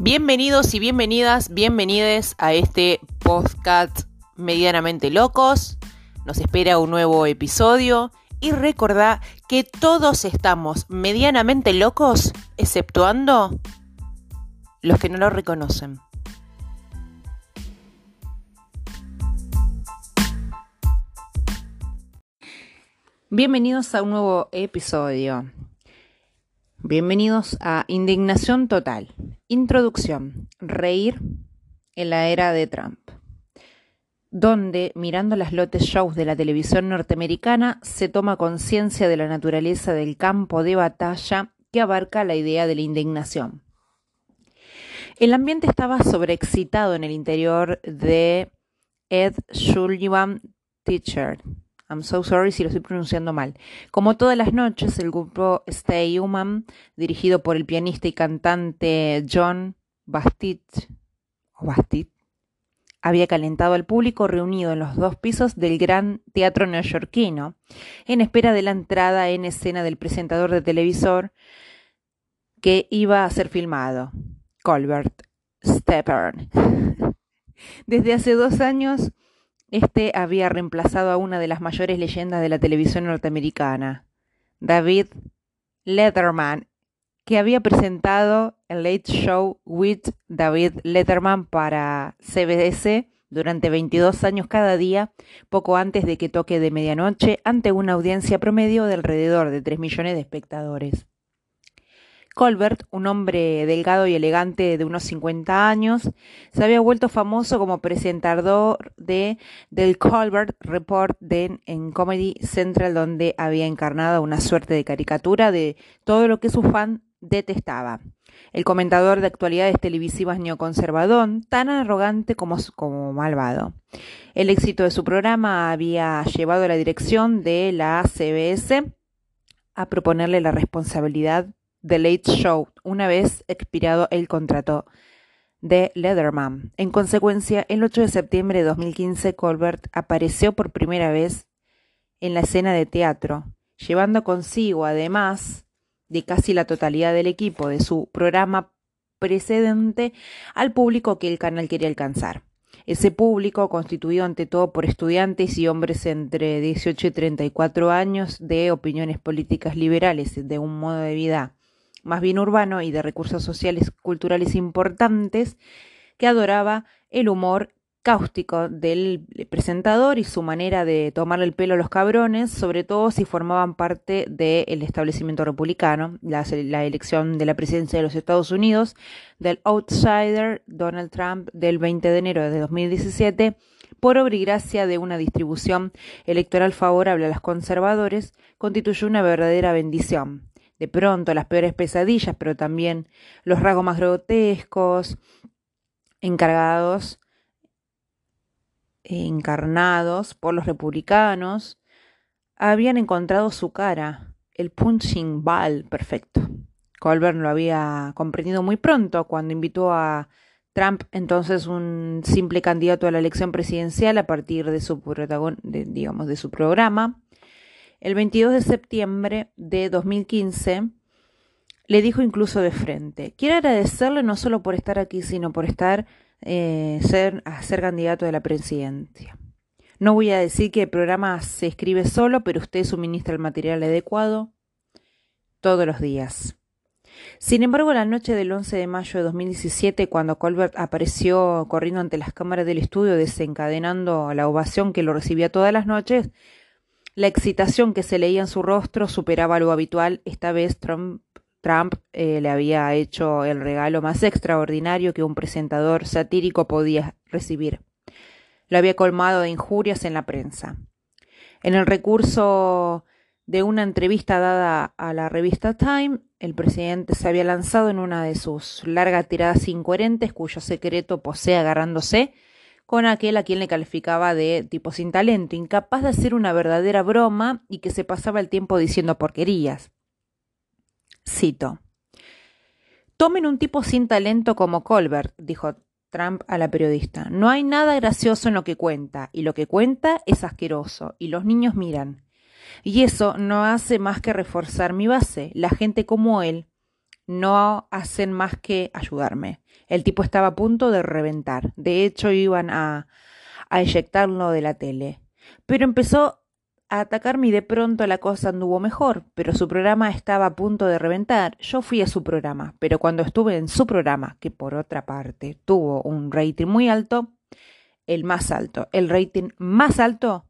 Bienvenidos y bienvenides a este podcast medianamente locos. Nos espera un nuevo episodio y recordá que todos estamos medianamente locos, exceptuando los que no lo reconocen. Bienvenidos a un nuevo episodio. Bienvenidos a Indignación Total. Introducción. Reír en la era de Trump. Donde, mirando las lotes shows de la televisión norteamericana, se toma conciencia de la naturaleza del campo de batalla que abarca la idea de la indignación. El ambiente estaba sobreexcitado en el interior de Ed Sullivan Theater. I'm so sorry si lo estoy pronunciando mal. Como todas las noches, el grupo Stay Human, dirigido por el pianista y cantante Jon Batiste, había calentado al público reunido en los 2 pisos del Gran Teatro neoyorquino, en espera de la entrada en escena del presentador de televisor que iba a ser filmado, Colbert Stepper. Desde hace 2 años, este había reemplazado a una de las mayores leyendas de la televisión norteamericana, David Letterman, que había presentado el Late Show with David Letterman para CBS durante 22 años cada día, poco antes de que toque de medianoche, ante una audiencia promedio de alrededor de 3 millones de espectadores. Colbert, un hombre delgado y elegante de unos 50 años, se había vuelto famoso como presentador del Colbert Report en Comedy Central, donde había encarnado una suerte de caricatura de todo lo que su fan detestaba. El comentador de actualidades televisivas neoconservador, tan arrogante como malvado. El éxito de su programa había llevado a la dirección de la CBS a proponerle la responsabilidad The Late Show, una vez expirado el contrato de Letterman. En consecuencia, el 8 de septiembre de 2015, Colbert apareció por primera vez en la escena de teatro, llevando consigo, además de casi la totalidad del equipo de su programa precedente, al público que el canal quería alcanzar. Ese público, constituido ante todo por estudiantes y hombres entre 18 y 34 años de opiniones políticas liberales, de un modo de vida más bien urbano y de recursos sociales culturales importantes, que adoraba el humor cáustico del presentador y su manera de tomarle el pelo a los cabrones, sobre todo si formaban parte del establecimiento republicano, la elección de la presidencia de los Estados Unidos, del outsider Donald Trump del 20 de enero de 2017, por obra y gracia de una distribución electoral favorable a los conservadores, constituyó una verdadera bendición. De pronto, las peores pesadillas, pero también los rasgos más grotescos, encarnados por los republicanos, habían encontrado su cara, el punching ball perfecto. Colbert lo había comprendido muy pronto cuando invitó a Trump, entonces un simple candidato a la elección presidencial, a partir de su programa. El 22 de septiembre de 2015 le dijo incluso de frente: quiero agradecerle no solo por estar aquí, sino por ser candidato de la presidencia. No voy a decir que el programa se escribe solo, pero usted suministra el material adecuado todos los días. Sin embargo, la noche del 11 de mayo de 2017, cuando Colbert apareció corriendo ante las cámaras del estudio, desencadenando la ovación que lo recibía todas las noches, la excitación que se leía en su rostro superaba lo habitual. Esta vez Trump le había hecho el regalo más extraordinario que un presentador satírico podía recibir. Lo había colmado de injurias en la prensa. En el recurso de una entrevista dada a la revista Time, el presidente se había lanzado en una de sus largas tiradas incoherentes, cuyo secreto posee agarrándose con aquel a quien le calificaba de tipo sin talento, incapaz de hacer una verdadera broma y que se pasaba el tiempo diciendo porquerías. Cito: tomen un tipo sin talento como Colbert, dijo Trump a la periodista. No hay nada gracioso en lo que cuenta, y lo que cuenta es asqueroso, y los niños miran. Y eso no hace más que reforzar mi base. La gente como él no hacen más que ayudarme. El tipo estaba a punto de reventar. De hecho, iban a eyectarlo de la tele. Pero empezó a atacarme y de pronto la cosa anduvo mejor. Pero su programa estaba a punto de reventar. Yo fui a su programa. Pero cuando estuve en su programa, que por otra parte tuvo un rating muy alto, el rating más alto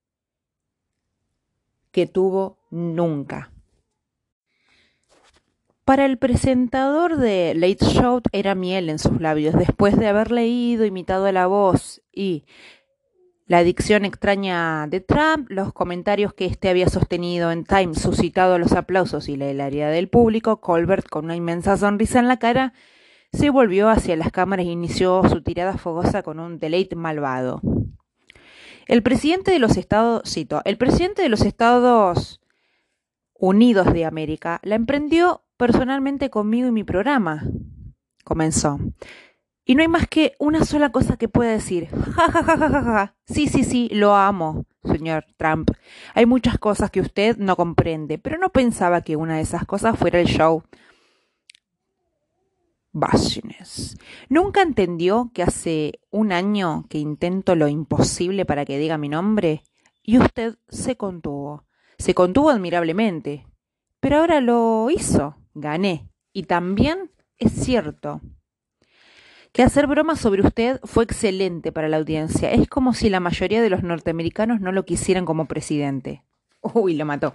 que tuvo nunca. Para el presentador de Late Show era miel en sus labios, después de haber leído, imitado la voz y la dicción extraña de Trump, los comentarios que éste había sostenido en Time, suscitado los aplausos y la hilaridad del público. Colbert, con una inmensa sonrisa en la cara, se volvió hacia las cámaras e inició su tirada fogosa con un deleite malvado. El presidente de los Estados Unidos de América la emprendió personalmente conmigo y mi programa, comenzó. Y no hay más que una sola cosa que pueda decir. Ja, ja, ja, ja, ja, ja. Sí, lo amo, señor Trump. Hay muchas cosas que usted no comprende, pero no pensaba que una de esas cosas fuera el show business. ¿Nunca entendió que hace un año que intento lo imposible para que diga mi nombre? Y usted se contuvo. Se contuvo admirablemente. Pero ahora lo hizo. Gané. Y también es cierto que hacer bromas sobre usted fue excelente para la audiencia. Es como si la mayoría de los norteamericanos no lo quisieran como presidente. Uy, lo mató.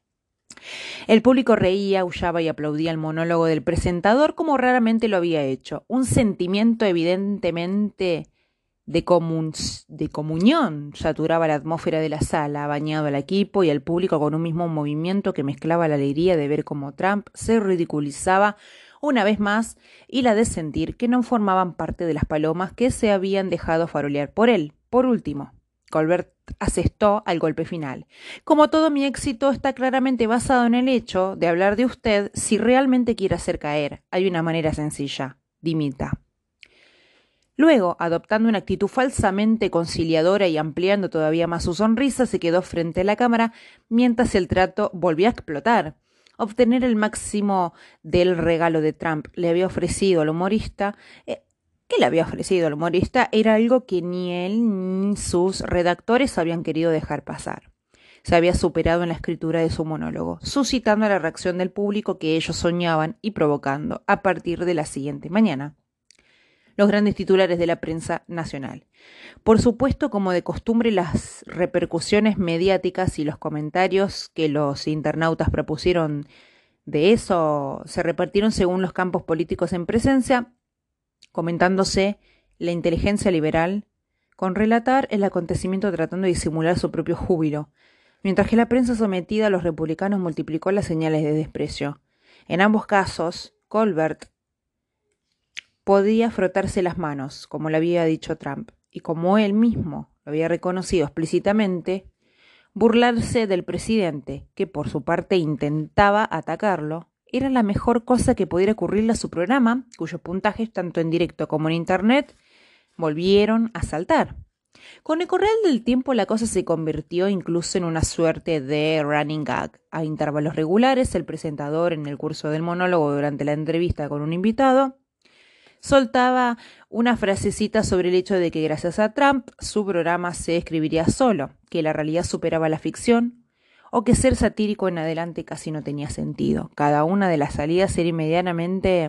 El público reía, aullaba y aplaudía el monólogo del presentador como raramente lo había hecho. Un sentimiento evidentemente de comunión saturaba la atmósfera de la sala, bañado al equipo y al público con un mismo movimiento que mezclaba la alegría de ver cómo Trump se ridiculizaba una vez más y la de sentir que no formaban parte de las palomas que se habían dejado farolear por él. Por último, Colbert asestó al golpe final. Como todo mi éxito está claramente basado en el hecho de hablar de usted, si realmente quiere hacer caer, hay una manera sencilla. Dimita. Luego, adoptando una actitud falsamente conciliadora y ampliando todavía más su sonrisa, se quedó frente a la cámara mientras el trato volvía a explotar. Obtener el máximo del regalo de Trump le había ofrecido al humorista. ¿Qué le había ofrecido al humorista? Era algo que ni él ni sus redactores habían querido dejar pasar. Se había superado en la escritura de su monólogo, suscitando la reacción del público que ellos soñaban y provocando a partir de la siguiente mañana los grandes titulares de la prensa nacional. Por supuesto, como de costumbre, las repercusiones mediáticas y los comentarios que los internautas propusieron de eso se repartieron según los campos políticos en presencia, comentándose la inteligencia liberal con relatar el acontecimiento tratando de disimular su propio júbilo, mientras que la prensa sometida a los republicanos multiplicó las señales de desprecio. En ambos casos, Colbert podía frotarse las manos, como le había dicho Trump, y como él mismo lo había reconocido explícitamente, burlarse del presidente, que por su parte intentaba atacarlo, era la mejor cosa que pudiera ocurrirle a su programa, cuyos puntajes, tanto en directo como en internet, volvieron a saltar. Con el correr del tiempo la cosa se convirtió incluso en una suerte de running gag. A intervalos regulares, el presentador, en el curso del monólogo durante la entrevista con un invitado, soltaba una frasecita sobre el hecho de que gracias a Trump su programa se escribiría solo, que la realidad superaba la ficción o que ser satírico en adelante casi no tenía sentido. Cada una de las salidas era inmediatamente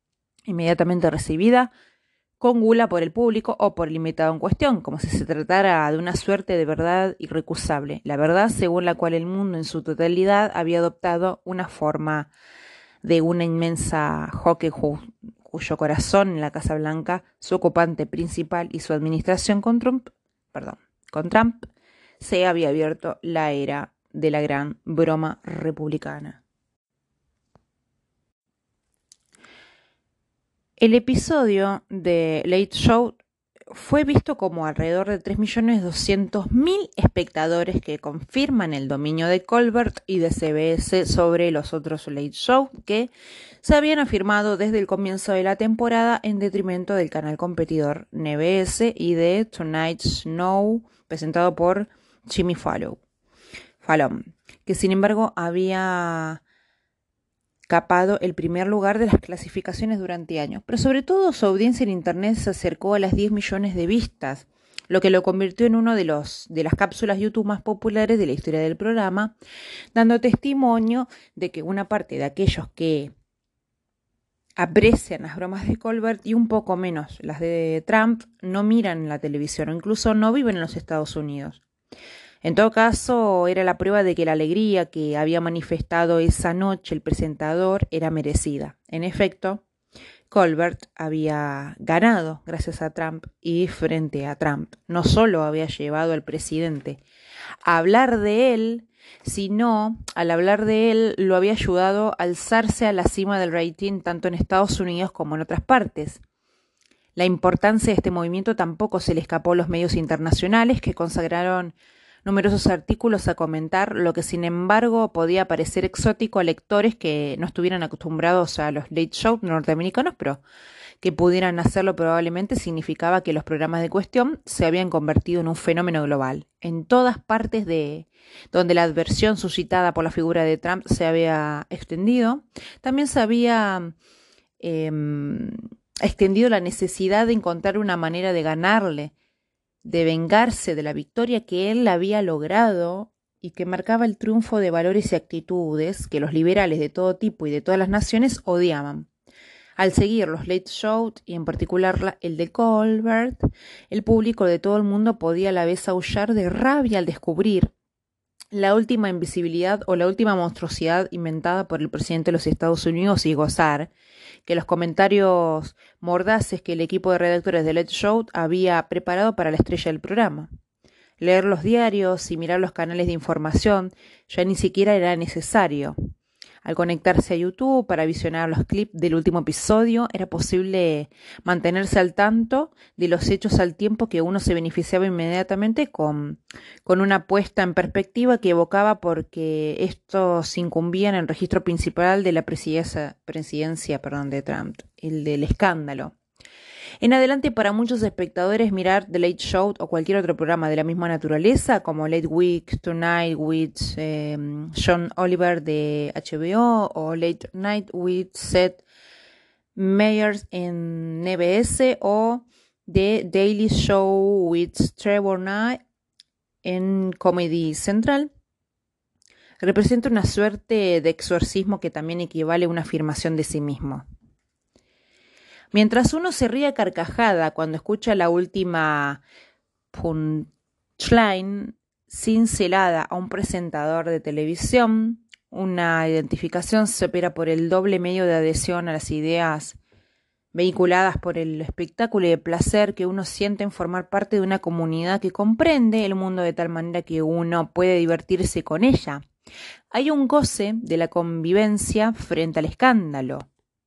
recibida con gula por el público o por el invitado en cuestión, como si se tratara de una suerte de verdad irrecusable, la verdad según la cual el mundo en su totalidad había adoptado una forma de una inmensa joque cuyo corazón en la Casa Blanca, su ocupante principal y su administración con Trump, se había abierto la era de la gran broma republicana. El episodio de Late Show fue visto como alrededor de 3.200.000 espectadores que confirman el dominio de Colbert y de CBS sobre los otros Late Show que se habían afirmado desde el comienzo de la temporada en detrimento del canal competidor CBS y de Tonight Show presentado por Jimmy Fallon, que sin embargo había capado el primer lugar de las clasificaciones durante años, pero sobre todo su audiencia en Internet se acercó a las 10 millones de vistas, lo que lo convirtió en uno de las cápsulas YouTube más populares de la historia del programa, dando testimonio de que una parte de aquellos que aprecian las bromas de Colbert y un poco menos las de Trump no miran la televisión o incluso no viven en los Estados Unidos. En todo caso, era la prueba de que la alegría que había manifestado esa noche el presentador era merecida. En efecto, Colbert había ganado gracias a Trump y frente a Trump no solo había llevado al presidente a hablar de él, sino al hablar de él lo había ayudado a alzarse a la cima del rating tanto en Estados Unidos como en otras partes. La importancia de este movimiento tampoco se le escapó a los medios internacionales que consagraron numerosos artículos a comentar lo que sin embargo podía parecer exótico a lectores que no estuvieran acostumbrados a los late show norteamericanos, pero que pudieran hacerlo probablemente significaba que los programas de cuestión se habían convertido en un fenómeno global. En todas partes donde la adversión suscitada por la figura de Trump se había extendido, también se había extendido la necesidad de encontrar una manera de ganarle, de vengarse de la victoria que él había logrado y que marcaba el triunfo de valores y actitudes que los liberales de todo tipo y de todas las naciones odiaban. Al seguir los late show y en particular el de Colbert, el público de todo el mundo podía a la vez aullar de rabia al descubrir la última invisibilidad o la última monstruosidad inventada por el presidente de los Estados Unidos y gozar que los comentarios mordaces que el equipo de redactores de Late Show había preparado para la estrella del programa. Leer los diarios y mirar los canales de información ya ni siquiera era necesario. Al conectarse a YouTube para visionar los clips del último episodio, era posible mantenerse al tanto de los hechos al tiempo que uno se beneficiaba inmediatamente con una puesta en perspectiva que evocaba porque estos incumbían en el registro principal de la presidencia de Trump, el del escándalo. En adelante, para muchos espectadores, mirar The Late Show o cualquier otro programa de la misma naturaleza, como Late Week Tonight with John Oliver de HBO o Late Night with Seth Meyers en CBS o The Daily Show with Trevor Noah en Comedy Central, representa una suerte de exorcismo que también equivale a una afirmación de sí mismo. Mientras uno se ríe a carcajada cuando escucha la última punchline cincelada a un presentador de televisión, una identificación se opera por el doble medio de adhesión a las ideas vehiculadas por el espectáculo y el placer que uno siente en formar parte de una comunidad que comprende el mundo de tal manera que uno puede divertirse con ella. Hay un goce de la convivencia frente al escándalo.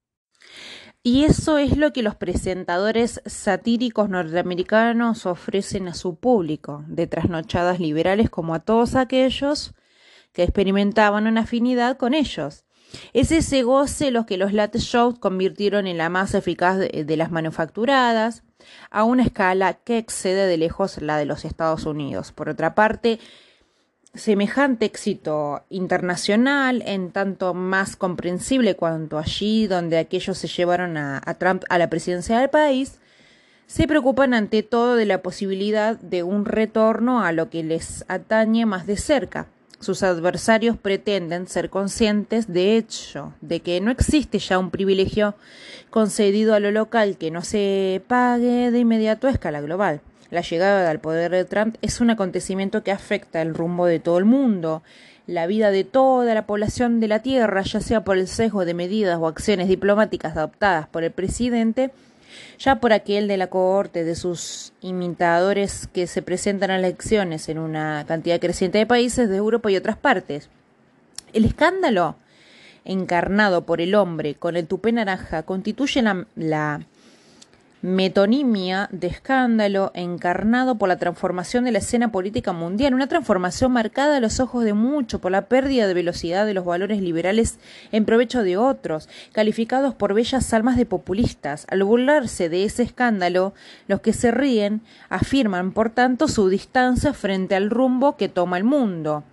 Y eso es lo que los presentadores satíricos norteamericanos ofrecen a su público, de trasnochadas liberales como a todos aquellos que experimentaban una afinidad con ellos. Es ese goce los que los late shows convirtieron en la más eficaz de las manufacturadas, a una escala que excede de lejos la de los Estados Unidos. Por otra parte, semejante éxito internacional, en tanto más comprensible cuanto allí donde aquellos se llevaron a Trump a la presidencia del país, se preocupan ante todo de la posibilidad de un retorno a lo que les atañe más de cerca. Sus adversarios pretenden ser conscientes, de hecho, de que no existe ya un privilegio concedido a lo local que no se pague de inmediato a escala global. La llegada al poder de Trump es un acontecimiento que afecta el rumbo de todo el mundo, la vida de toda la población de la Tierra, ya sea por el sesgo de medidas o acciones diplomáticas adoptadas por el presidente, ya por aquel de la cohorte de sus imitadores que se presentan a las elecciones en una cantidad creciente de países de Europa y otras partes. El escándalo, encarnado por el hombre con el tupé naranja, constituye la metonimia de escándalo encarnado por la transformación de la escena política mundial, una transformación marcada a los ojos de muchos por la pérdida de velocidad de los valores liberales en provecho de otros, calificados por bellas almas de populistas. Al burlarse de ese escándalo, los que se ríen afirman, por tanto, su distancia frente al rumbo que toma el mundo.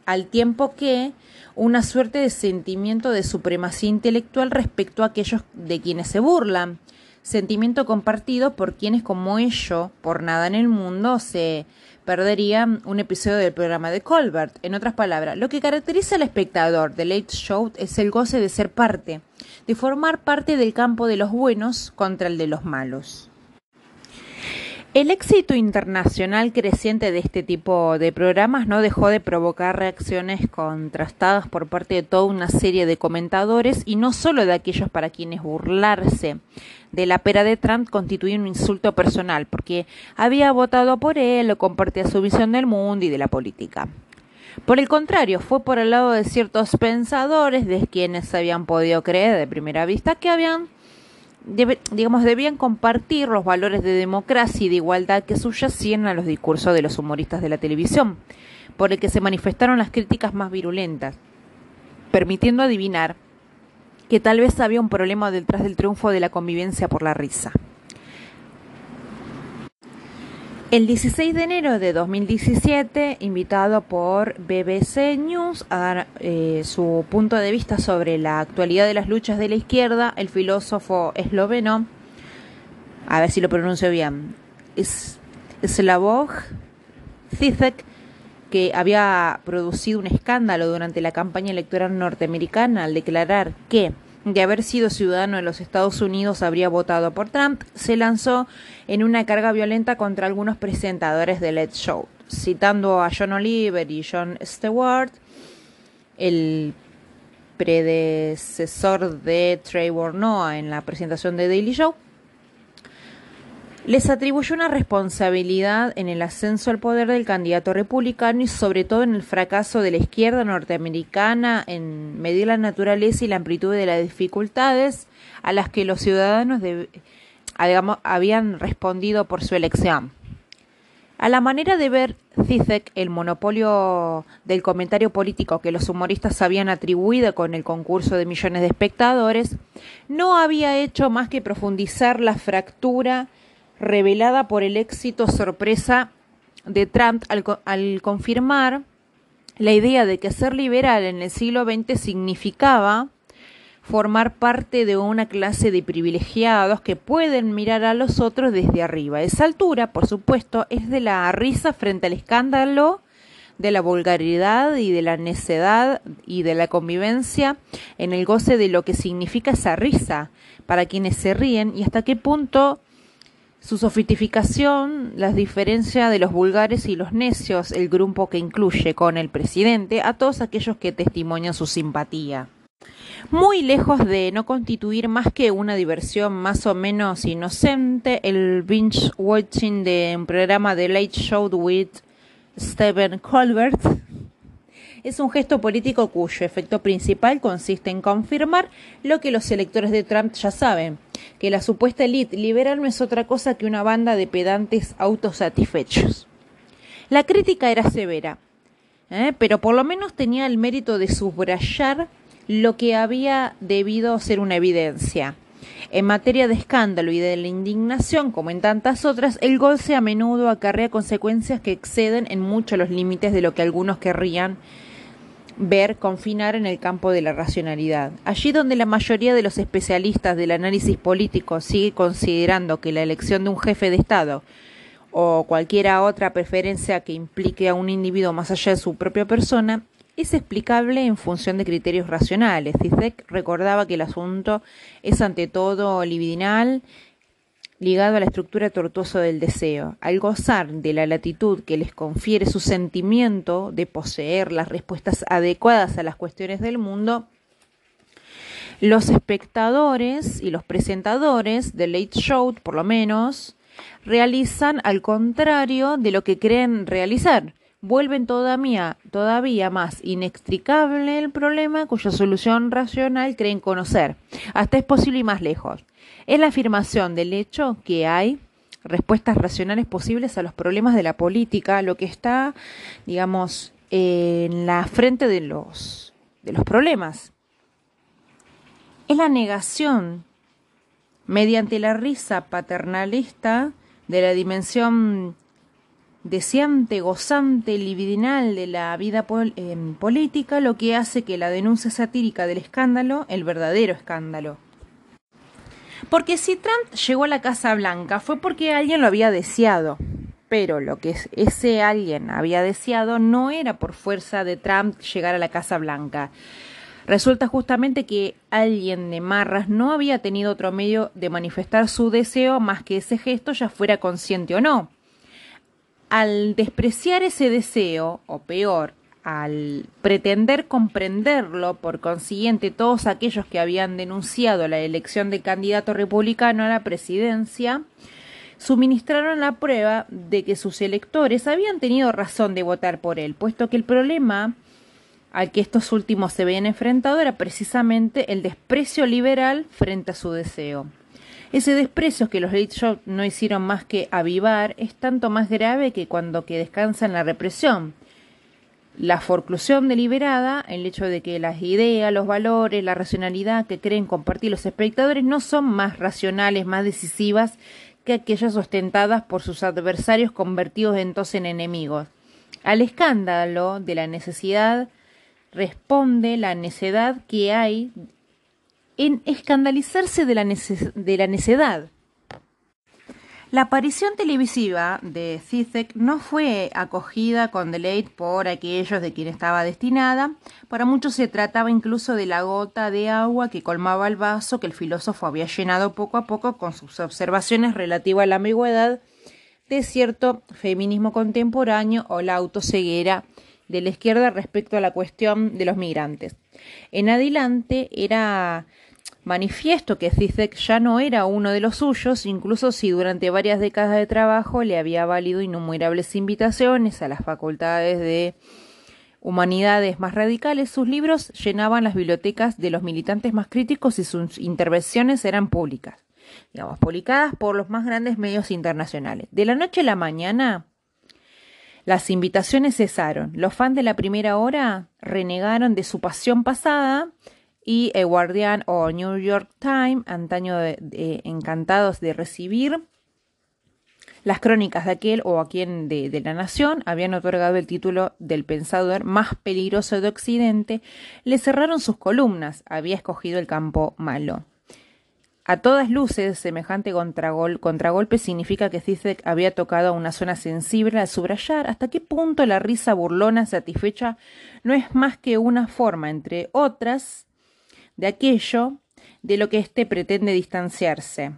al tiempo que una suerte de sentimiento de supremacía intelectual respecto a aquellos de quienes se burlan, sentimiento compartido por quienes como ellos, por nada en el mundo, se perderían un episodio del programa de Colbert. En otras palabras, lo que caracteriza al espectador de Late Show es el goce de ser parte, de formar parte del campo de los buenos contra el de los malos. El éxito internacional creciente de este tipo de programas no dejó de provocar reacciones contrastadas por parte de toda una serie de comentadores y no solo de aquellos para quienes burlarse de la pera de Trump constituía un insulto personal porque había votado por él o compartía su visión del mundo y de la política. Por el contrario, fue por el lado de ciertos pensadores de quienes habían podido creer de primera vista que debían compartir los valores de democracia y de igualdad que subyacían a los discursos de los humoristas de la televisión, por el que se manifestaron las críticas más virulentas, permitiendo adivinar que tal vez había un problema detrás del triunfo de la convivencia por la risa. El 16 de enero de 2017, invitado por BBC News a dar su punto de vista sobre la actualidad de las luchas de la izquierda, el filósofo esloveno, a ver si lo pronuncio bien, Slavoj Zizek, que había producido un escándalo durante la campaña electoral norteamericana al declarar que, de haber sido ciudadano de los Estados Unidos, habría votado por Trump, se lanzó en una carga violenta contra algunos presentadores de Late Show, citando a John Oliver y Jon Stewart, el predecesor de Trevor Noah en la presentación de Daily Show. Les atribuyó una responsabilidad en el ascenso al poder del candidato republicano y sobre todo en el fracaso de la izquierda norteamericana en medir la naturaleza y la amplitud de las dificultades a las que los ciudadanos habían respondido por su elección. A la manera de ver Zizek, el monopolio del comentario político que los humoristas habían atribuido con el concurso de millones de espectadores, no había hecho más que profundizar la fractura revelada por el éxito sorpresa de Trump al confirmar la idea de que ser liberal en el siglo XX significaba formar parte de una clase de privilegiados que pueden mirar a los otros desde arriba. Esa altura, por supuesto, es de la risa frente al escándalo, de la vulgaridad y de la necedad y de la convivencia en el goce de lo que significa esa risa para quienes se ríen y hasta qué punto su sofisticación las diferencia de los vulgares y los necios, el grupo que incluye con el presidente a todos aquellos que testimonian su simpatía. Muy lejos de no constituir más que una diversión más o menos inocente, el binge watching de un programa de Late Show with Stephen Colbert es un gesto político cuyo efecto principal consiste en confirmar lo que los electores de Trump ya saben, que la supuesta élite liberal no es otra cosa que una banda de pedantes autosatisfechos. La crítica era severa, pero por lo menos tenía el mérito de subrayar lo que había debido ser una evidencia. En materia de escándalo y de la indignación, como en tantas otras, el goce a menudo acarrea consecuencias que exceden en mucho los límites de lo que algunos querrían ver confinar en el campo de la racionalidad. Allí donde la mayoría de los especialistas del análisis político sigue considerando que la elección de un jefe de Estado o cualquier otra preferencia que implique a un individuo más allá de su propia persona es explicable en función de criterios racionales. Zizek recordaba que el asunto es ante todo libidinal, ligado a la estructura tortuosa del deseo. Al gozar de la latitud que les confiere su sentimiento de poseer las respuestas adecuadas a las cuestiones del mundo, los espectadores y los presentadores del Late Show, por lo menos, realizan al contrario de lo que creen realizar. Vuelven todavía más inextricable el problema cuya solución racional creen conocer. Hasta es posible ir más lejos. Es la afirmación del hecho que hay respuestas racionales posibles a los problemas de la política, lo que está, digamos, en la frente de los problemas. Es la negación, mediante la risa paternalista, de la dimensión deseante, gozante, libidinal de la vida política, lo que hace que la denuncia satírica del escándalo, el verdadero escándalo. Porque si Trump llegó a la Casa Blanca fue porque alguien lo había deseado, pero lo que ese alguien había deseado no era por fuerza de Trump llegar a la Casa Blanca. Resulta justamente que alguien de Marras no había tenido otro medio de manifestar su deseo más que ese gesto, ya fuera consciente o no. Al despreciar ese deseo, o peor, al pretender comprenderlo, por consiguiente, todos aquellos que habían denunciado la elección del candidato republicano a la presidencia, suministraron la prueba de que sus electores habían tenido razón de votar por él, puesto que el problema al que estos últimos se habían enfrentado era precisamente el desprecio liberal frente a su deseo. Ese desprecio que los late show no hicieron más que avivar es tanto más grave que cuando que descansa en la represión. La forclusión deliberada, el hecho de que las ideas, los valores, la racionalidad que creen compartir los espectadores no son más racionales, más decisivas que aquellas ostentadas por sus adversarios convertidos entonces en enemigos. Al escándalo de la necesidad responde la necedad que hay en escandalizarse de la necedad. La aparición televisiva de Zizek no fue acogida con deleite por aquellos de quien estaba destinada. Para muchos se trataba incluso de la gota de agua que colmaba el vaso que el filósofo había llenado poco a poco con sus observaciones relativas a la ambigüedad de cierto feminismo contemporáneo o la autoceguera de la izquierda respecto a la cuestión de los migrantes. En adelante era manifiesto que Zizek ya no era uno de los suyos, incluso si durante varias décadas de trabajo le había valido innumerables invitaciones a las facultades de humanidades más radicales. Sus libros llenaban las bibliotecas de los militantes más críticos y sus intervenciones eran públicas, publicadas por los más grandes medios internacionales. De la noche a la mañana, las invitaciones cesaron. Los fans de la primera hora renegaron de su pasión pasada y el Guardian o New York Times, antaño encantados de recibir las crónicas de aquel o a quien de la nación habían otorgado el título del pensador más peligroso de Occidente, le cerraron sus columnas. Había escogido el campo malo. A todas luces, semejante contragolpe significa que Zizek había tocado una zona sensible al subrayar hasta qué punto la risa burlona satisfecha no es más que una forma, entre otras, de aquello de lo que éste pretende distanciarse.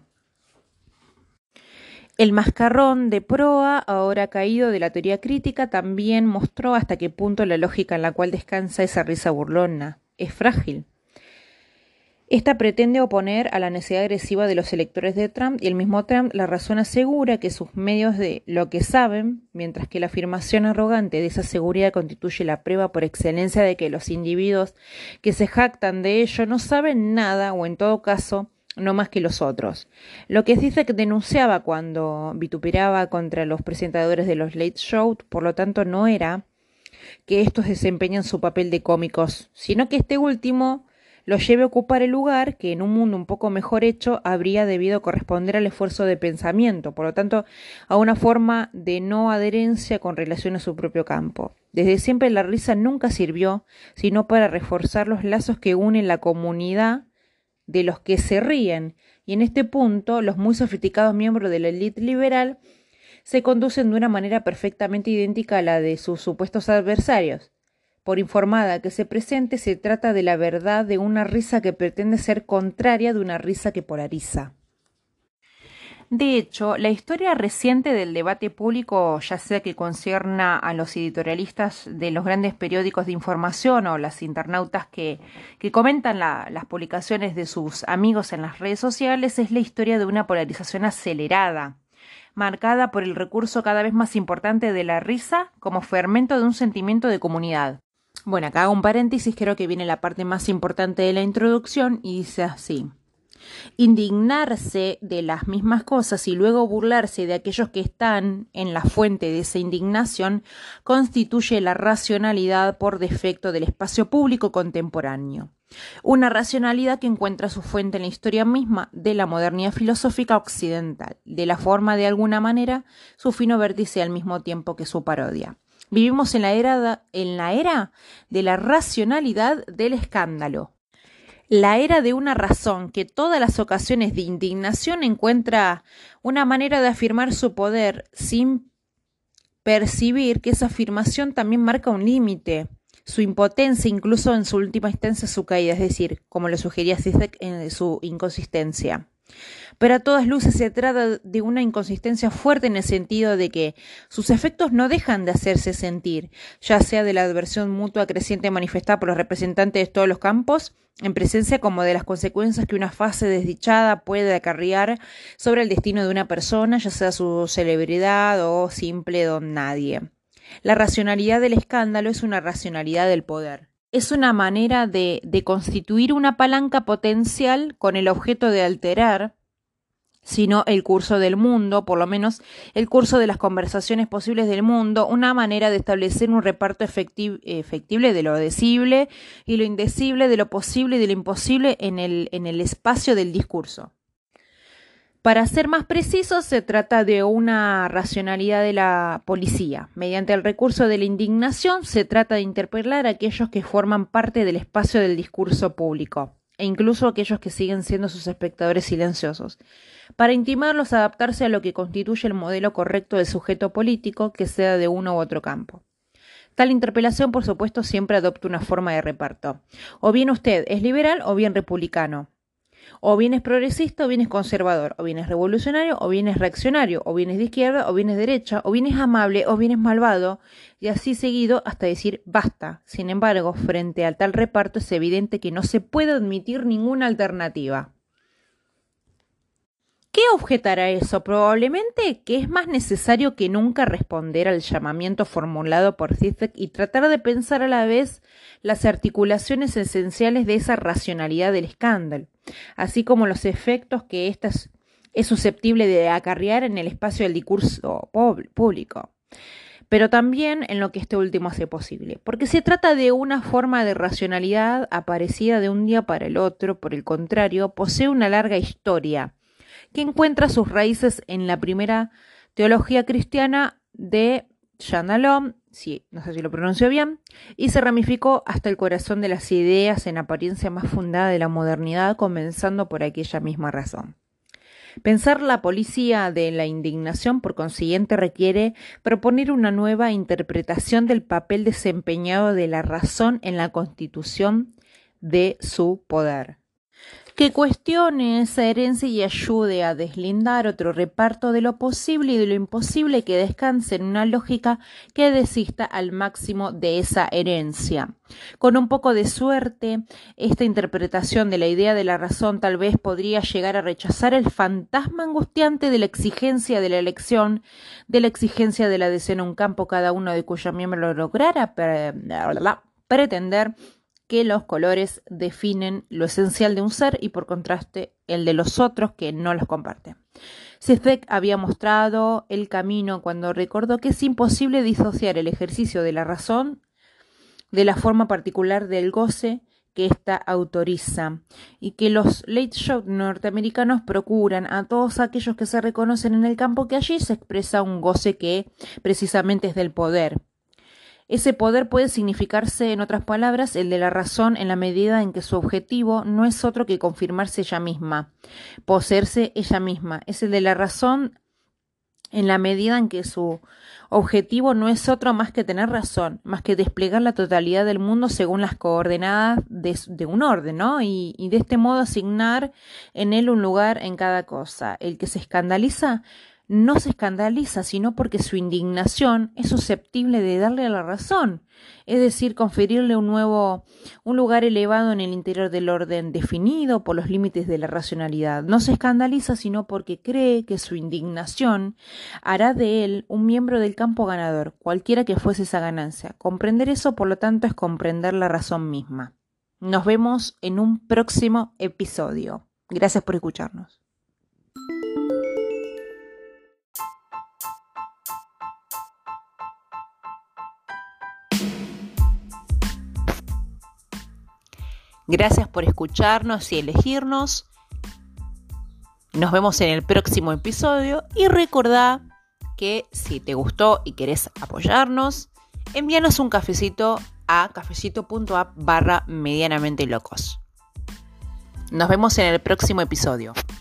El mascarrón de proa, ahora caído de la teoría crítica, también mostró hasta qué punto la lógica en la cual descansa esa risa burlona es frágil. Esta pretende oponer a la necesidad agresiva de los electores de Trump y el mismo Trump la razón asegura que sus medios de lo que saben, mientras que la afirmación arrogante de esa seguridad constituye la prueba por excelencia de que los individuos que se jactan de ello no saben nada o en todo caso no más que los otros. Lo que dice que denunciaba cuando vituperaba contra los presentadores de los late show, por lo tanto no era que estos desempeñan su papel de cómicos, sino que este último los lleve a ocupar el lugar que en un mundo un poco mejor hecho habría debido corresponder al esfuerzo de pensamiento, por lo tanto a una forma de no adherencia con relación a su propio campo. Desde siempre la risa nunca sirvió sino para reforzar los lazos que unen la comunidad de los que se ríen, y en este punto los muy sofisticados miembros de la élite liberal se conducen de una manera perfectamente idéntica a la de sus supuestos adversarios. Por informada que se presente, se trata de la verdad de una risa que pretende ser contraria de una risa que polariza. De hecho, la historia reciente del debate público, ya sea que concierna a los editorialistas de los grandes periódicos de información o las internautas que comentan las publicaciones de sus amigos en las redes sociales, es la historia de una polarización acelerada, marcada por el recurso cada vez más importante de la risa como fermento de un sentimiento de comunidad. Bueno, acá hago un paréntesis, creo que viene la parte más importante de la introducción y dice así: indignarse de las mismas cosas y luego burlarse de aquellos que están en la fuente de esa indignación constituye la racionalidad por defecto del espacio público contemporáneo. Una racionalidad que encuentra su fuente en la historia misma de la modernidad filosófica occidental, de la forma de alguna manera su fino vértice al mismo tiempo que su parodia. Vivimos en la era de la racionalidad del escándalo. La era de una razón que todas las ocasiones de indignación encuentra una manera de afirmar su poder sin percibir que esa afirmación también marca un límite, su impotencia, incluso en su última instancia su caída, es decir, como lo sugería Zizek en su inconsistencia. Pero a todas luces se trata de una inconsistencia fuerte en el sentido de que sus efectos no dejan de hacerse sentir, ya sea de la adversión mutua creciente manifestada por los representantes de todos los campos, en presencia como de las consecuencias que una fase desdichada puede acarrear sobre el destino de una persona, ya sea su celebridad o simple don nadie. La racionalidad del escándalo es una racionalidad del poder. Es una manera de constituir una palanca potencial con el objeto de alterar, sino el curso del mundo, por lo menos el curso de las conversaciones posibles del mundo, una manera de establecer un reparto efectible de lo decible y lo indecible, de lo posible y de lo imposible en el espacio del discurso. Para ser más precisos, se trata de una racionalidad de la policía. Mediante el recurso de la indignación, se trata de interpelar a aquellos que forman parte del espacio del discurso público, e incluso aquellos que siguen siendo sus espectadores silenciosos, para intimarlos a adaptarse a lo que constituye el modelo correcto del sujeto político, que sea de uno u otro campo. Tal interpelación, por supuesto, siempre adopta una forma de reparto. O bien usted es liberal o bien republicano. O bien es progresista o bien es conservador, o bien es revolucionario o bien es reaccionario, o bien es de izquierda o bien es derecha, o bien es amable o bien es malvado, y así seguido hasta decir basta. Sin embargo, frente al tal reparto es evidente que no se puede admitir ninguna alternativa. ¿Qué objetará eso? Probablemente que es más necesario que nunca responder al llamamiento formulado por Zizek y tratar de pensar a la vez las articulaciones esenciales de esa racionalidad del escándalo, así como los efectos que ésta es susceptible de acarrear en el espacio del discurso público, pero también en lo que este último hace posible, porque se trata de una forma de racionalidad aparecida de un día para el otro. Por el contrario, posee una larga historia que encuentra sus raíces en la primera teología cristiana de Shandalom, sí, no sé si lo pronuncio bien, y se ramificó hasta el corazón de las ideas en apariencia más fundada de la modernidad, comenzando por aquella misma razón. Pensar la policía de la indignación, por consiguiente, requiere proponer una nueva interpretación del papel desempeñado de la razón en la constitución de su poder, que cuestione esa herencia y ayude a deslindar otro reparto de lo posible y de lo imposible que descanse en una lógica que desista al máximo de esa herencia. Con un poco de suerte, esta interpretación de la idea de la razón tal vez podría llegar a rechazar el fantasma angustiante de la exigencia de la elección, de la exigencia de la adhesión a un campo cada uno de cuyos miembros lograra pretender que los colores definen lo esencial de un ser y por contraste el de los otros que no los comparten. Zizek había mostrado el camino cuando recordó que es imposible disociar el ejercicio de la razón de la forma particular del goce que ésta autoriza, y que los late show norteamericanos procuran a todos aquellos que se reconocen en el campo que allí se expresa un goce que precisamente es del poder. Ese poder puede significarse, en otras palabras, el de la razón en la medida en que su objetivo no es otro que confirmarse ella misma, poseerse ella misma. Es el de la razón en la medida en que su objetivo no es otro más que tener razón, más que desplegar la totalidad del mundo según las coordenadas de un orden, ¿no? Y de este modo asignar en él un lugar en cada cosa. El que se escandaliza no se escandaliza, sino porque su indignación es susceptible de darle a la razón, es decir, conferirle un lugar elevado en el interior del orden definido por los límites de la racionalidad. No se escandaliza, sino porque cree que su indignación hará de él un miembro del campo ganador, cualquiera que fuese esa ganancia. Comprender eso, por lo tanto, es comprender la razón misma. Nos vemos en un próximo episodio. Gracias por escucharnos. Gracias por escucharnos y elegirnos. Nos vemos en el próximo episodio y recordá que si te gustó y querés apoyarnos, envíanos un cafecito a cafecito.app/medianamente locos. Nos vemos en el próximo episodio.